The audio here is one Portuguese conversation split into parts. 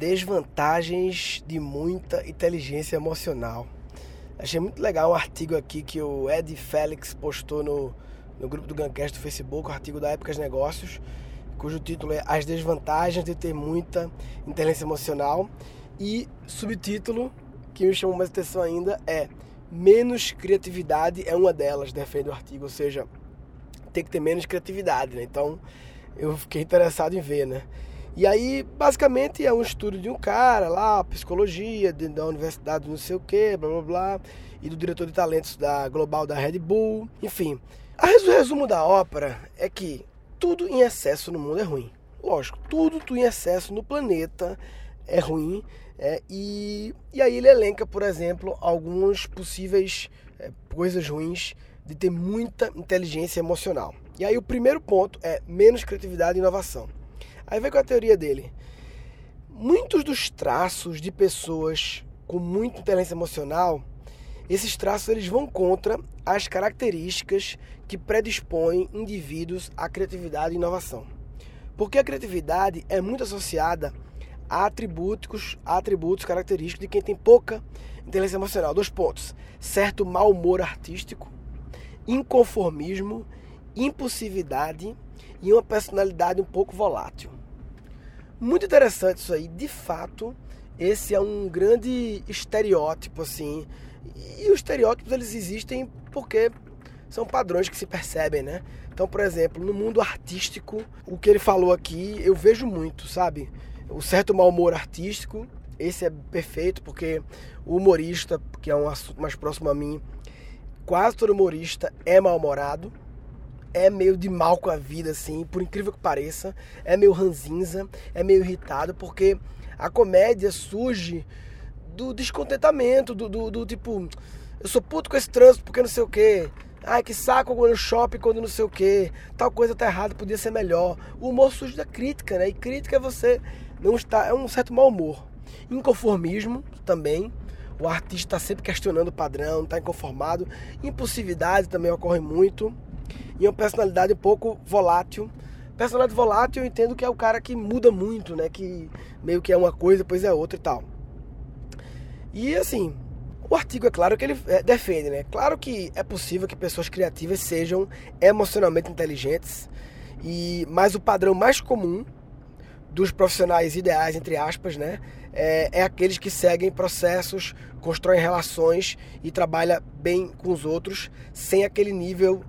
Desvantagens de muita inteligência emocional. Achei muito legal um artigo aqui que o Ed Félix postou no grupo do Guncast do Facebook, um artigo da Épicas Negócios, cujo título é As Desvantagens de ter muita inteligência emocional, e subtítulo, que me chamou mais atenção ainda, é Menos criatividade é uma delas, defende o artigo, ou seja, tem que ter menos criatividade, né? Então eu fiquei interessado em ver, né? E aí, basicamente, é um estudo de um cara lá, psicologia, da universidade não sei o que, blá blá blá, e do diretor de talentos da Global da Red Bull, enfim. O resumo da ópera é que tudo em excesso no mundo é ruim. Lógico, tudo em excesso no planeta é ruim. E aí ele elenca, por exemplo, algumas possíveis coisas ruins de ter muita inteligência emocional. E aí o primeiro ponto é menos criatividade e inovação. Aí vem com a teoria dele. Muitos dos traços de pessoas com muita inteligência emocional, esses traços eles vão contra as características que predispõem indivíduos à criatividade e inovação. Porque a criatividade é muito associada a atributos característicos de quem tem pouca inteligência emocional. 2 pontos. Certo mau humor artístico, inconformismo, impulsividade e uma personalidade um pouco volátil. Muito interessante isso aí. De fato, esse é um grande estereótipo, assim. E os estereótipos, eles existem porque são padrões que se percebem, né? Então, por exemplo, no mundo artístico, o que ele falou aqui, eu vejo muito, sabe? O certo mau humor artístico, esse é perfeito, porque o humorista, que é um assunto mais próximo a mim, quase todo humorista é mal-humorado, é meio de mal com a vida, assim, por incrível que pareça, é meio ranzinza, é meio irritado, porque a comédia surge do descontentamento, do tipo, eu sou puto com esse trânsito porque não sei o quê, ai que saco no shopping quando não sei o quê, tal coisa tá errada, podia ser melhor. O humor surge da crítica, né? E crítica é você não estar, é um certo mau humor. Inconformismo também. O artista está sempre questionando o padrão, não está inconformado. Impulsividade também ocorre muito. E uma personalidade um pouco volátil. Personalidade volátil eu entendo que é o cara que muda muito, né? Que meio que é uma coisa, depois é outra e tal. E assim, o artigo é claro que ele defende, né? Claro que é possível que pessoas criativas sejam emocionalmente inteligentes. Mas o padrão mais comum dos profissionais ideais, entre aspas, né? É aqueles que seguem processos, constroem relações e trabalham bem com os outros, sem aquele nível,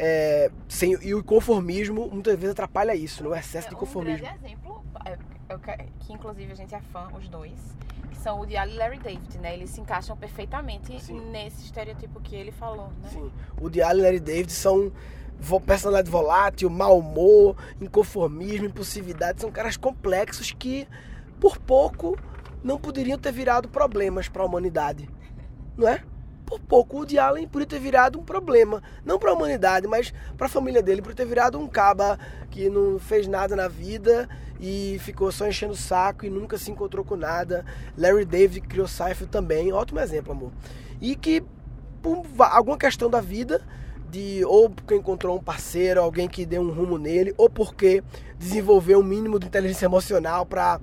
e o conformismo muitas vezes atrapalha isso, no excesso de conformismo. Um grande exemplo, que inclusive a gente é fã, os dois, que são o Woody Allen e Larry David, né? Eles se encaixam perfeitamente nesse estereotipo que ele falou, né? Sim, o Woody Allen e Larry David são personalidade volátil, mau humor, inconformismo, impulsividade, são caras complexos que, por pouco, não poderiam ter virado problemas para a humanidade, não é? Por pouco, o Woody Allen poderia ter virado um problema, não para a humanidade, mas para a família dele, poderia ter virado um caba que não fez nada na vida e ficou só enchendo o saco e nunca se encontrou com nada. Larry David criou Seinfeld também, ótimo exemplo, amor. E que, por alguma questão da vida, ou porque encontrou um parceiro, alguém que deu um rumo nele, ou porque desenvolveu um mínimo de inteligência emocional para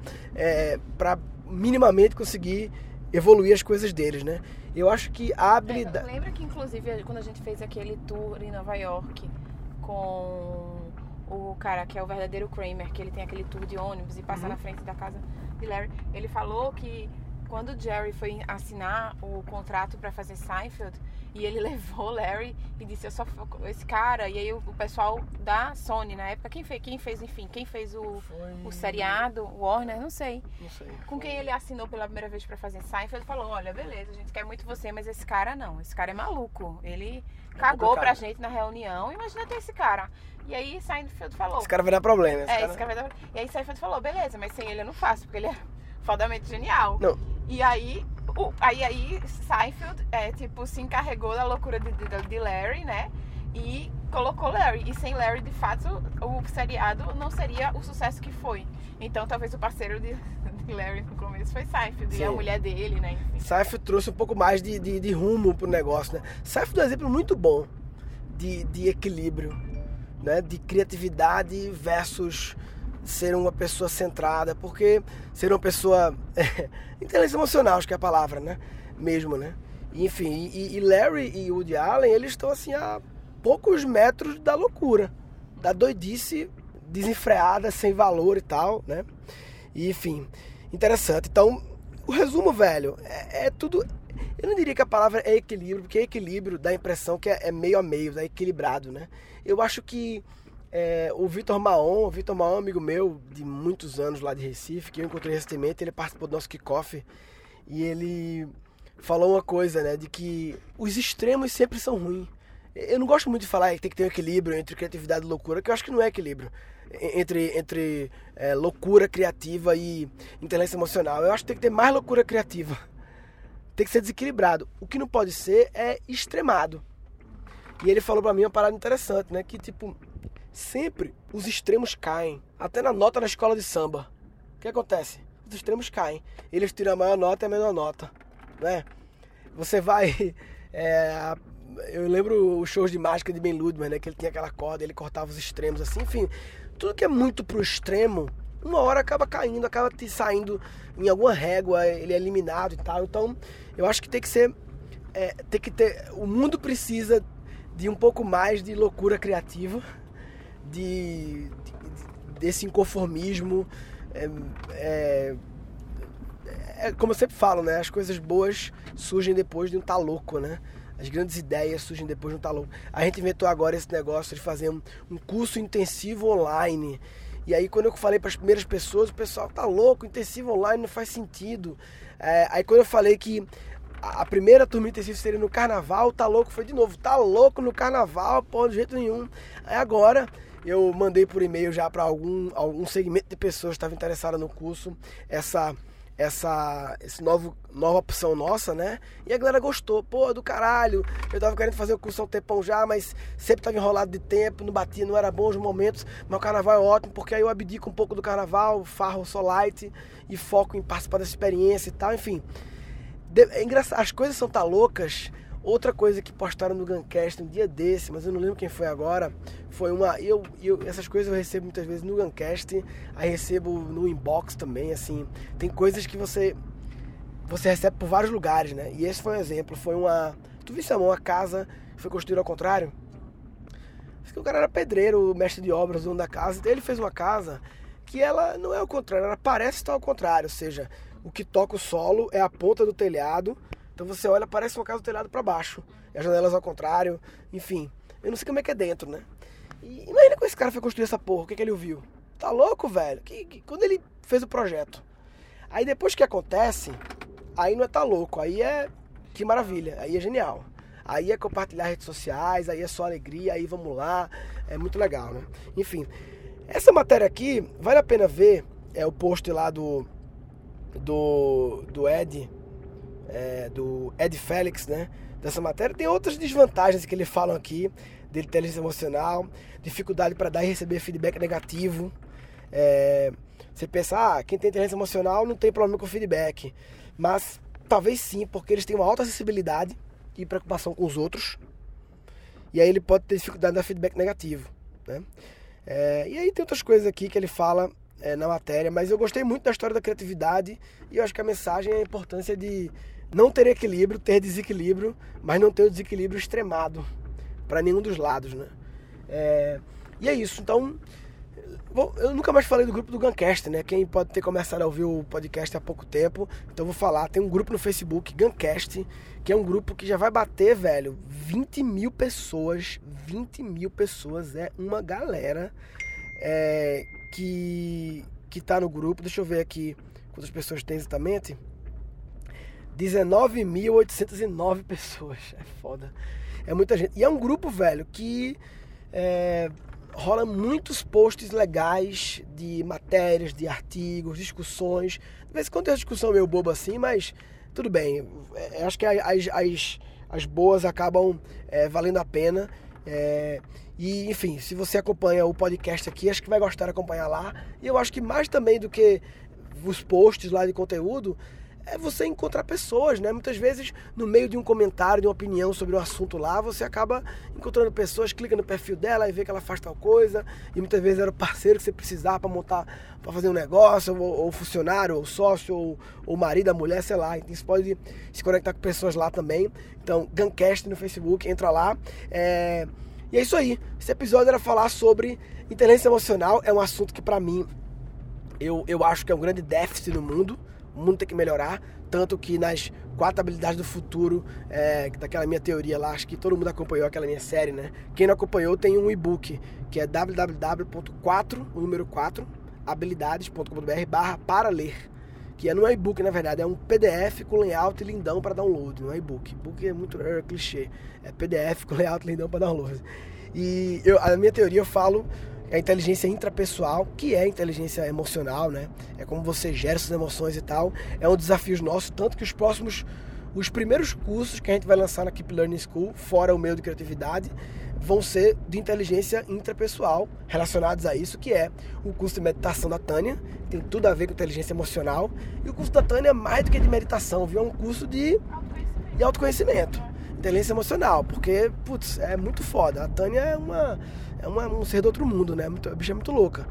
minimamente conseguir evoluir as coisas deles, né? Eu acho que a habilidade... Lembra que, inclusive, quando a gente fez aquele tour em Nova York com o cara que é o verdadeiro Kramer, que ele tem aquele tour de ônibus e passa na frente da casa de Larry, ele falou que quando o Jerry foi assinar o contrato para fazer Seinfeld, e ele levou Larry e disse, eu só esse cara, e aí o pessoal da Sony na época, quem fez o seriado, o Warner, não sei. Com quem ele assinou pela primeira vez para fazer Seinfeld, falou, olha, beleza, a gente quer muito você, mas esse cara não, esse cara é maluco, ele cagou pra gente na reunião, imagina ter esse cara. E aí Seinfeld falou, esse cara vai dar problema. Esse cara vai dar... E aí Seinfeld falou, beleza, mas sem ele eu não faço, porque ele é fodamente genial. Não. E aí Seinfeld se encarregou da loucura de Larry, né? E colocou Larry. E sem Larry, de fato, o seriado não seria o sucesso que foi. Então, talvez o parceiro de Larry no começo foi Seinfeld. Sim. E a mulher dele, né? Enfim. Seinfeld trouxe um pouco mais de rumo pro negócio, né? Seinfeld é um exemplo muito bom de equilíbrio, né? De criatividade versus ser uma pessoa centrada, porque ser uma pessoa... inteligência emocional, acho que é a palavra, né? Mesmo, né? Enfim, e Larry e Woody Allen, eles estão assim a poucos metros da loucura, da doidice desenfreada, sem valor e tal, né? E, enfim, interessante. Então, o resumo, velho, é tudo... Eu não diria que a palavra é equilíbrio, porque equilíbrio dá a impressão que é meio a meio, é equilibrado, né? Eu acho que o Vitor Maon é um amigo meu de muitos anos lá de Recife, que eu encontrei recentemente, ele participou do nosso kickoff, e ele falou uma coisa, né, de que os extremos sempre são ruins. Eu não gosto muito de falar que tem que ter um equilíbrio entre criatividade e loucura, que eu acho que não é equilíbrio entre loucura criativa e inteligência emocional. Eu acho que tem que ter mais loucura criativa. Tem que ser desequilibrado. O que não pode ser é extremado. E ele falou pra mim uma parada interessante, né? Que, tipo, sempre os extremos caem. Até na nota da escola de samba. O que acontece? Os extremos caem. Eles tiram a maior nota e a menor nota, né? Você vai... eu lembro os shows de mágica de Ben Ludmer, né? Que ele tinha aquela corda, ele cortava os extremos assim. Enfim, tudo que é muito pro extremo, uma hora acaba caindo, acaba te saindo em alguma régua, ele é eliminado e tal. Então, eu acho que tem que ser... tem que ter... O mundo precisa de um pouco mais de loucura criativa, desse inconformismo. Como eu sempre falo, né? As coisas boas surgem depois de um tá louco, né? As grandes ideias surgem depois de um tá louco. A gente inventou agora esse negócio de fazer um curso intensivo online. E aí quando eu falei para as primeiras pessoas, o pessoal tá louco, intensivo online não faz sentido. Aí quando eu falei que a primeira turma intensiva seria no carnaval, tá louco, foi de novo, tá louco no carnaval, pô, de jeito nenhum. Aí agora eu mandei por e-mail já para algum segmento de pessoas que estavam interessadas no curso, essa nova opção nossa, né? E a galera gostou, pô, do caralho. Eu tava querendo fazer o curso há um tempão já, mas sempre tava enrolado de tempo, não batia, não era bom os momentos, mas o carnaval é ótimo, porque aí eu abdico um pouco do carnaval, farro só light e foco em participar dessa experiência e tal, enfim. É engraçado, as coisas são tá loucas. Outra coisa que postaram no Guncast um dia desse, mas eu não lembro quem foi agora, foi essas coisas eu recebo muitas vezes no Guncast, aí recebo no inbox também, assim, tem coisas que você recebe por vários lugares, né? E esse foi um exemplo, tu viu, Samuel, uma casa que foi construída ao contrário? Acho que o cara era pedreiro, mestre de obras, dono da casa, então ele fez uma casa que ela não é ao contrário, ela parece estar ao contrário, ou seja, o que toca o solo é a ponta do telhado. Então você olha, parece uma casa do telhado para baixo. E as janelas ao contrário. Enfim, eu não sei como é que é dentro, né? E imagina que esse cara foi construir essa porra, o que ele ouviu? Tá louco, velho? Quando ele fez o projeto. Aí depois que acontece, aí não é tá louco, aí é que maravilha, aí é genial. Aí é compartilhar redes sociais, aí é só alegria, aí vamos lá. É muito legal, né? Enfim, essa matéria aqui, vale a pena ver, o post lá do Ed... do Ed Félix, né? Dessa matéria. Tem outras desvantagens que ele fala aqui, de inteligência emocional, dificuldade para dar e receber feedback negativo. Você pensa, quem tem inteligência emocional não tem problema com feedback. Mas talvez sim, porque eles têm uma alta acessibilidade e preocupação com os outros. E aí ele pode ter dificuldade de dar feedback negativo, né? E aí tem outras coisas aqui que ele fala na matéria, mas eu gostei muito da história da criatividade e eu acho que a mensagem é a importância de não ter equilíbrio, ter desequilíbrio, mas não ter o desequilíbrio extremado para nenhum dos lados, né? E é isso. Então, eu nunca mais falei do grupo do Guncast, né? Quem pode ter começado a ouvir o podcast há pouco tempo, então vou falar. Tem um grupo no Facebook, Guncast, que é um grupo que já vai bater, velho, 20 mil pessoas. 20 mil pessoas é uma galera que tá no grupo. Deixa eu ver aqui quantas pessoas tem exatamente. 19.809 pessoas. É foda. É muita gente. E é um grupo, velho, que rola muitos posts legais de matérias, de artigos, discussões. De vez em quando tem uma discussão meio boba assim, mas tudo bem. Acho que as boas acabam valendo a pena. E, enfim, se você acompanha o podcast aqui, acho que vai gostar de acompanhar lá. E eu acho que mais também do que os posts lá de conteúdo, é você encontrar pessoas, né? Muitas vezes, no meio de um comentário, de uma opinião sobre um assunto lá, você acaba encontrando pessoas, clica no perfil dela e vê que ela faz tal coisa, e muitas vezes era o parceiro que você precisava para montar, para fazer um negócio, ou funcionário, ou sócio, ou marido, a mulher, sei lá. Então você pode se conectar com pessoas lá também. Então, Guncast no Facebook, entra lá. E é isso aí. Esse episódio era falar sobre inteligência emocional. É um assunto que, para mim, eu acho que é um grande déficit no mundo. O mundo tem que melhorar, tanto que nas 4 habilidades do futuro, daquela minha teoria lá, acho que todo mundo acompanhou aquela minha série, né? Quem não acompanhou tem um e-book, que é www.4, o número 4, habilidades.com.br/para ler, que não é e-book, na verdade, é um PDF com layout lindão para download, não é e-book. E-book é muito clichê, é PDF com layout lindão para download. E a minha teoria eu falo a inteligência intrapessoal, que é a inteligência emocional, né? É como você gera suas emoções e tal. É um desafio nosso, tanto que os primeiros cursos que a gente vai lançar na Keep Learning School, fora o meu de criatividade, vão ser de inteligência intrapessoal, relacionados a isso, que é o curso de meditação da Tânia, tem tudo a ver com inteligência emocional, e o curso da Tânia é mais do que de meditação, viu? É um curso de autoconhecimento, inteligência emocional, porque, putz, é muito foda. A Tânia é um ser do outro mundo, né? A bicha é muito louca.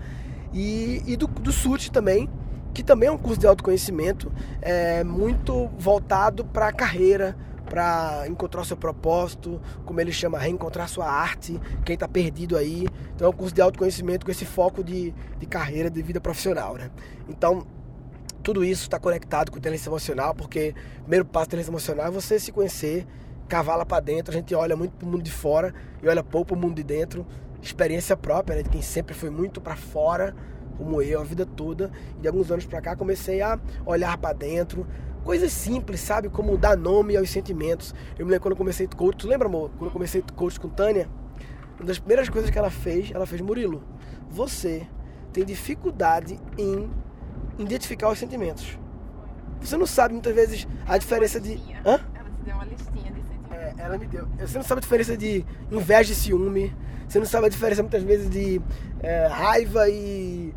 E do SUT também, que também é um curso de autoconhecimento, muito voltado para a carreira, para encontrar o seu propósito, como ele chama, reencontrar sua arte, quem está perdido aí. Então é um curso de autoconhecimento com esse foco de carreira, de vida profissional, né? Então, tudo isso está conectado com inteligência emocional, porque o primeiro passo da inteligência emocional é você se conhecer, cavala para dentro. A gente olha muito para o mundo de fora e olha pouco para o mundo de dentro. Experiência própria, né, de quem sempre foi muito para fora, como eu, a vida toda. E de alguns anos para cá comecei a olhar para dentro. Coisas simples, sabe? Como dar nome aos sentimentos. Eu me lembro quando eu comecei coach. Tu lembra, amor? Quando eu comecei coach com Tânia, uma das primeiras coisas que ela fez, Murilo, você tem dificuldade em identificar os sentimentos. Você não sabe muitas vezes a diferença de... Hã? Ela te deu uma listinha de sentimentos. Ela me deu. Você não sabe a diferença de inveja e ciúme. Você não sabe a diferença muitas vezes de raiva e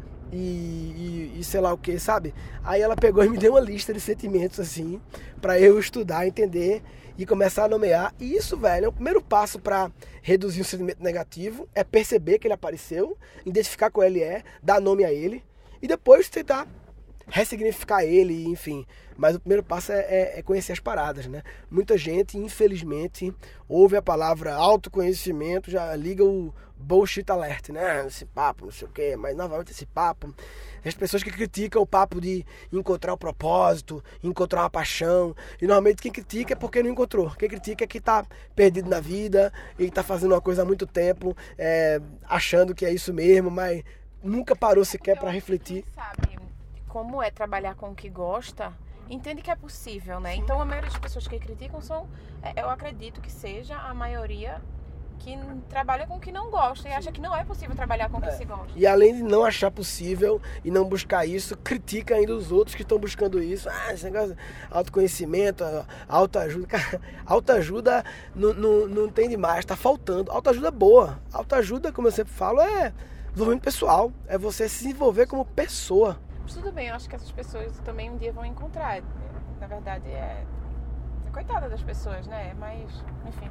sei lá o que, sabe? Aí ela pegou e me deu uma lista de sentimentos assim, pra eu estudar, entender e começar a nomear. E isso, velho, é o primeiro passo pra reduzir um sentimento negativo, é perceber que ele apareceu, identificar qual ele é, dar nome a ele e depois tentar ressignificar ele, enfim. Mas o primeiro passo é conhecer as paradas, né? Muita gente, infelizmente, ouve a palavra autoconhecimento, já liga o bullshit alert, né? Esse papo, não sei o quê, mas novamente esse papo. As pessoas que criticam o papo de encontrar o propósito, encontrar uma paixão. E normalmente quem critica é porque não encontrou. Quem critica é que tá perdido na vida e tá fazendo uma coisa há muito tempo, achando que é isso mesmo, mas nunca parou sequer para refletir. Sabe como é trabalhar com o que gosta, entende que é possível, né? Então a maioria das pessoas que criticam eu acredito que seja a maioria que trabalha com o que não gosta e acha que não é possível trabalhar com o que se gosta. E além de não achar possível e não buscar isso, critica ainda os outros que estão buscando isso. Esse negócio de autoconhecimento, autoajuda. Cara, autoajuda não tem demais, tá faltando. Autoajuda boa. Autoajuda, como eu sempre falo, é desenvolvimento pessoal. É você se desenvolver como pessoa. Tudo bem, eu acho que essas pessoas também um dia vão encontrar. Na verdade, coitada das pessoas, né? Mas, enfim.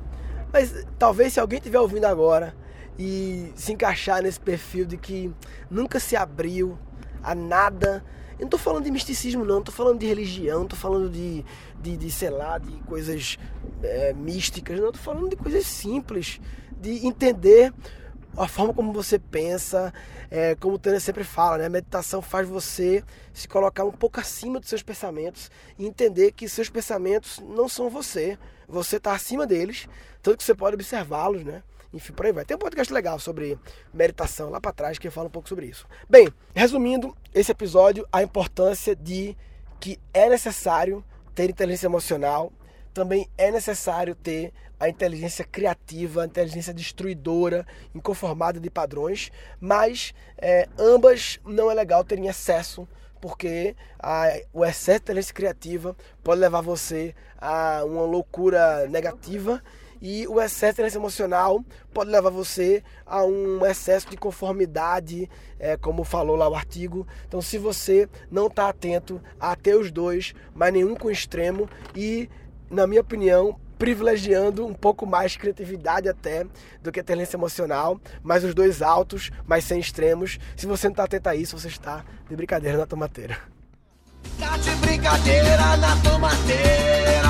Mas talvez se alguém estiver ouvindo agora e se encaixar nesse perfil de que nunca se abriu a nada... Eu não tô falando de misticismo, não tô falando de religião, não tô falando de sei lá, de coisas místicas, não tô falando de coisas simples, de entender a forma como você pensa, como o Tânia sempre fala, né? A meditação faz você se colocar um pouco acima dos seus pensamentos e entender que seus pensamentos não são você está acima deles, tanto que você pode observá-los, né? Enfim, por aí vai. Tem um podcast legal sobre meditação lá para trás que fala um pouco sobre isso. Bem, resumindo esse episódio, a importância de que é necessário ter inteligência emocional, também é necessário ter a inteligência criativa, a inteligência destruidora, inconformada de padrões, mas ambas não é legal ter em excesso, porque o excesso de inteligência criativa pode levar você a uma loucura negativa E o excesso de inteligência emocional pode levar você a um excesso de conformidade, como falou lá o artigo. Então, se você não está atento a ter os dois, mas nenhum com extremo e, na minha opinião, privilegiando um pouco mais criatividade até do que a inteligência emocional, mas os dois altos, mas sem extremos. Se você não está atento a isso, você está de brincadeira na tomateira. Tá de brincadeira na tomateira.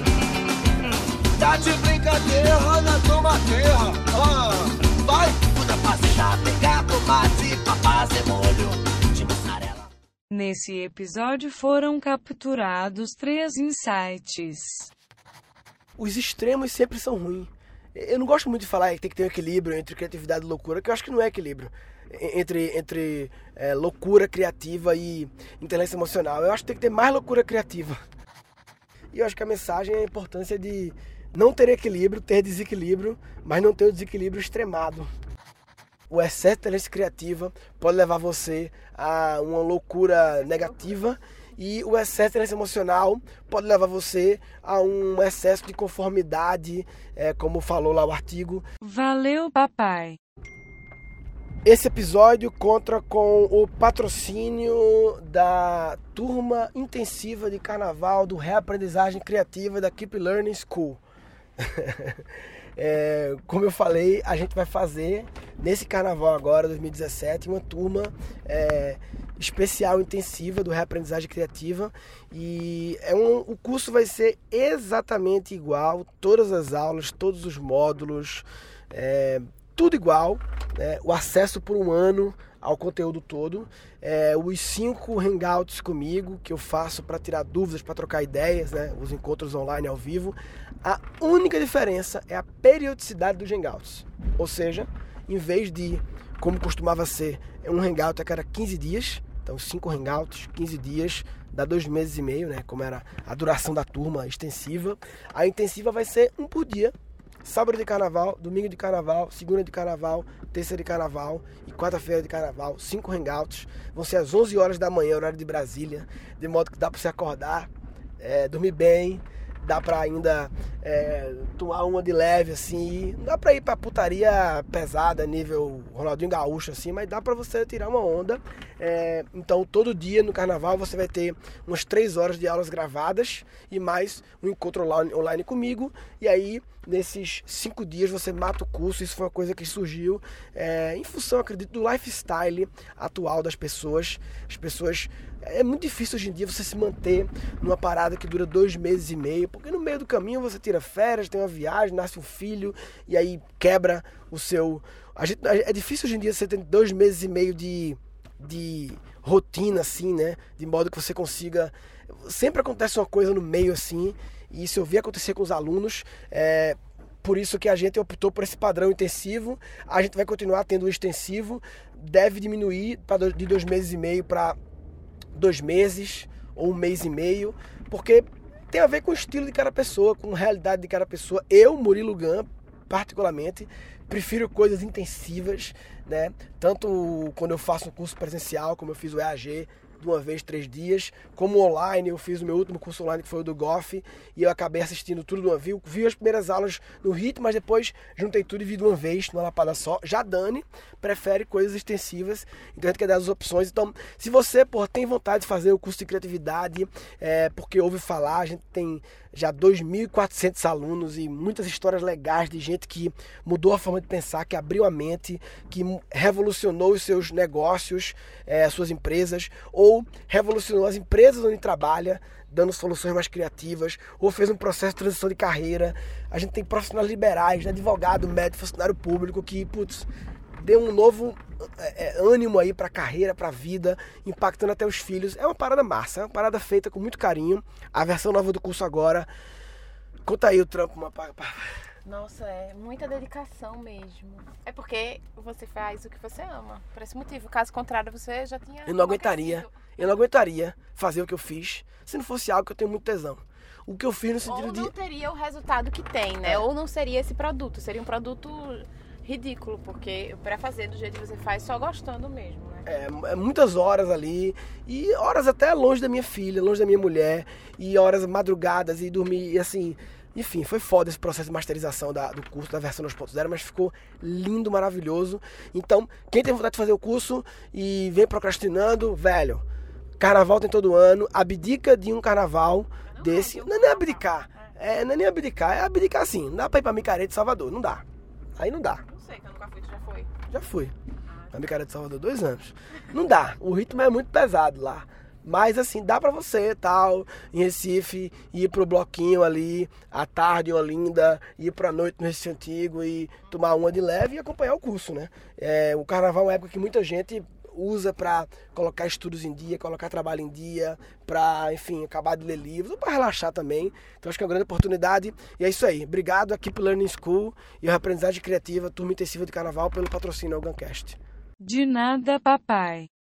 Tá de brincadeira na tomateira. Vai, muda pra pegar tomate pra fazer molho de mussarela. Nesse episódio foram capturados 3 insights. Os extremos sempre são ruins. Eu não gosto muito de falar que tem que ter um equilíbrio entre criatividade e loucura, que eu acho que não é equilíbrio entre loucura criativa e inteligência emocional. Eu acho que tem que ter mais loucura criativa. E eu acho que a mensagem é a importância de não ter equilíbrio, ter desequilíbrio, mas não ter o desequilíbrio extremado. O excesso de inteligência criativa pode levar você a uma loucura negativa e o excesso de inteligência emocional pode levar você a um excesso de conformidade, como falou lá o artigo. Valeu, papai! Esse episódio conta com o patrocínio da turma intensiva de carnaval do Reaprendizagem Criativa da Keep Learning School. Como eu falei, a gente vai fazer nesse carnaval agora, 2017, uma turma especial intensiva do Reaprendizagem Criativa e o curso vai ser exatamente igual, todas as aulas, todos os módulos, tudo igual, né? O acesso por 1 ano ao conteúdo todo, os 5 hangouts comigo que eu faço para tirar dúvidas, para trocar ideias, né? Os encontros online ao vivo. A única diferença é a periodicidade dos hangouts, ou seja, em vez de, como costumava ser, um hangout a cada 15 dias, então 5 hangouts, 15 dias, dá 2 meses e meio, né? Como era a duração da turma extensiva, a intensiva vai ser 1 por dia. Sábado de carnaval, domingo de carnaval, segunda de carnaval, terça de carnaval e quarta-feira de carnaval, 5 hangouts. Vão ser às 11 horas da manhã, horário de Brasília, de modo que dá para você acordar, dormir bem, dá para ainda tomar uma de leve, assim. Não dá para ir para putaria pesada, nível Ronaldinho Gaúcho, assim, mas dá para você tirar uma onda. Então, todo dia no carnaval você vai ter umas 3 horas de aulas gravadas e mais um encontro online comigo. E aí, nesses 5 dias você mata o curso. Isso foi uma coisa que surgiu em função, acredito, do lifestyle atual das pessoas. As pessoas... É muito difícil hoje em dia você se manter numa parada que dura 2 meses e meio, porque no meio do caminho você tira férias, tem uma viagem, nasce um filho e aí quebra o seu... É difícil hoje em dia você ter 2 meses e meio de rotina, assim, né? De modo que você consiga... Sempre acontece uma coisa no meio, assim, e isso eu vi acontecer com os alunos. Por isso que a gente optou por esse padrão intensivo. A gente vai continuar tendo o extensivo, deve diminuir de 2 meses e meio para 2 meses ou 1 mês e meio, porque tem a ver com o estilo de cada pessoa, com a realidade de cada pessoa. Eu, Murilo Gun, particularmente, prefiro coisas intensivas, né? Tanto quando eu faço um curso presencial, como eu fiz o EAG, de uma vez 3 dias, como online. Eu fiz o meu último curso online, que foi o do Goff, e eu acabei assistindo tudo de uma vez. Vi as primeiras aulas no ritmo, mas depois juntei tudo e vi de uma vez, numa lapada só. Já Dani prefere coisas extensivas, então a gente quer dar as opções. Então, se você tem vontade de fazer o curso de criatividade, porque ouve falar, a gente tem já 2.400 alunos e muitas histórias legais de gente que mudou a forma de pensar, que abriu a mente, que revolucionou os seus negócios, as suas empresas, ou revolucionou as empresas onde trabalha, dando soluções mais criativas, ou fez um processo de transição de carreira. A gente tem profissionais liberais, advogado, médico, funcionário público, que, deu um novo ânimo aí pra carreira, pra vida, impactando até os filhos. É uma parada massa, é uma parada feita com muito carinho. A versão nova do curso agora. Conta aí o trampo, Nossa, é muita dedicação mesmo. É porque você faz o que você ama. Por esse motivo. Caso contrário, você já tinha... Eu não aguentaria fazer o que eu fiz se não fosse algo que eu tenho muito tesão. O que eu fiz no sentido de... Ou não teria o resultado que tem, né? Ou não seria esse produto. Seria um produto ridículo, porque pra fazer do jeito que você faz, só gostando mesmo, né? Muitas horas ali, e horas até longe da minha filha, longe da minha mulher, e horas madrugadas, e dormir, e assim, Enfim, foi foda esse processo de masterização do curso, da versão 2.0, mas ficou lindo, maravilhoso. Então, quem tem vontade de fazer o curso e vem procrastinando, velho, carnaval tem todo ano, abdica de um carnaval desse. Não é nem abdicar, não é nem abdicar, é abdicar assim. Não dá pra ir pra Micareta de Salvador, não dá. Aí não dá. Não sei, que eu nunca fui, tu já foi? Já fui. Na Micareta de Salvador, 2 anos. Não dá, o ritmo é muito pesado lá. Mas assim, dá pra você, tal, em Recife, ir pro bloquinho ali, à tarde, em Olinda, ir pra noite no Recife Antigo e tomar uma de leve e acompanhar o curso, né? O carnaval é uma época que muita gente usa pra colocar estudos em dia, colocar trabalho em dia, pra, enfim, acabar de ler livros, ou pra relaxar também. Então acho que é uma grande oportunidade. E é isso aí. Obrigado aqui pelo Learning School e a Aprendizagem Criativa, turma intensiva de carnaval, pelo patrocínio ao Guncast. De nada, papai.